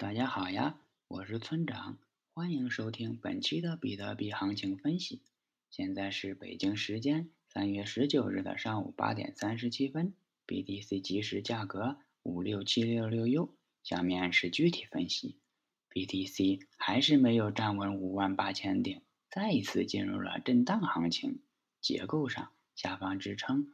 大家好呀，我是村长，欢迎收听本期的比特币行情分析。现在是北京时间3月19日的上午8点37分，BTC 即时价格56766U。下面是具体分析，BTC 还是没有站稳58000点，再一次进入了震荡行情。结构上，下方支撑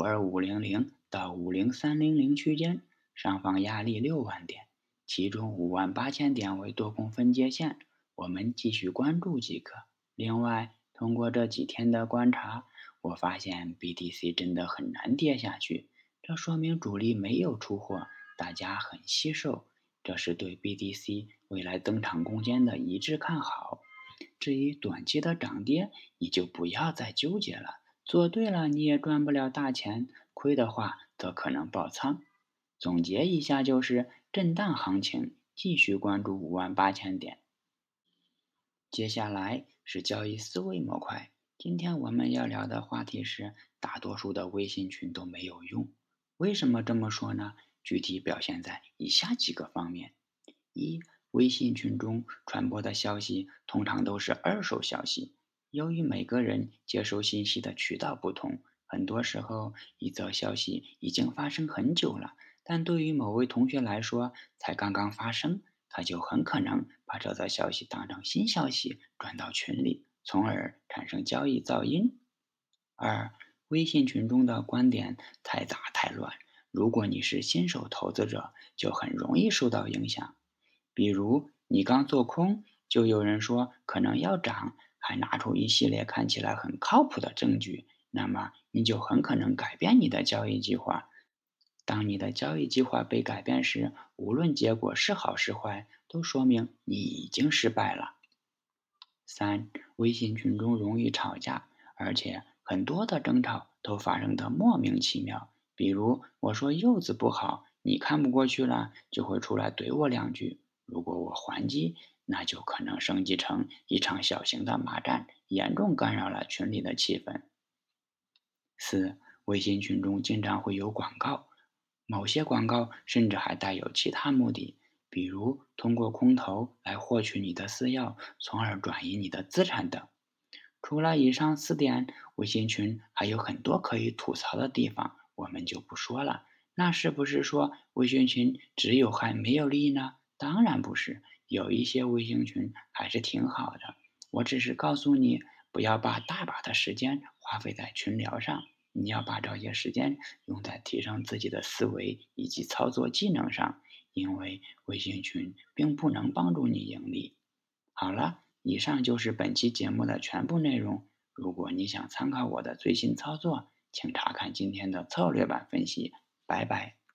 52500到50300区间，上方压力6万点。其中58000点为多空分界线，我们继续关注即可。另外，通过这几天的观察，我发现 BTC 真的很难跌下去，这说明主力没有出货，大家很惜售，这是对 BTC 未来登场空间的一致看好。至于短期的涨跌，你就不要再纠结了，做对了你也赚不了大钱，亏的话则可能爆仓。总结一下就是震荡行情，继续关注58000点。接下来是交易思维模块。今天我们要聊的话题是，大多数的微信群都没有用。为什么这么说呢？具体表现在以下几个方面：一、微信群中传播的消息通常都是二手消息，由于每个人接收信息的渠道不同，很多时候一则消息已经发生很久了，但对于某位同学来说才刚刚发生，他就很可能把这则消息当成新消息转到群里，从而产生交易噪音。二、微信群中的观点太杂太乱，如果你是新手投资者，就很容易受到影响。比如你刚做空，就有人说可能要涨，还拿出一系列看起来很靠谱的证据，那么你就很可能改变你的交易计划。当你的交易计划被改变时，无论结果是好是坏，都说明你已经失败了。三、微信群中容易吵架，而且很多的争吵都发生的莫名其妙。比如我说柚子不好，你看不过去了，就会出来怼我两句。如果我还击，那就可能升级成一场小型的骂战，严重干扰了群里的气氛。四、微信群中经常会有广告，某些广告甚至还带有其他目的，比如通过空投来获取你的私钥，从而转移你的资产等。除了以上4点，微信群还有很多可以吐槽的地方，我们就不说了。那是不是说微信群只有害没有利呢？当然不是，有一些微信群还是挺好的。我只是告诉你，不要把大把的时间花费在群聊上，你要把这些时间用在提升自己的思维以及操作技能上，因为微信群并不能帮助你盈利。好了，以上就是本期节目的全部内容。如果你想参考我的最新操作，请查看今天的策略版分析。拜拜。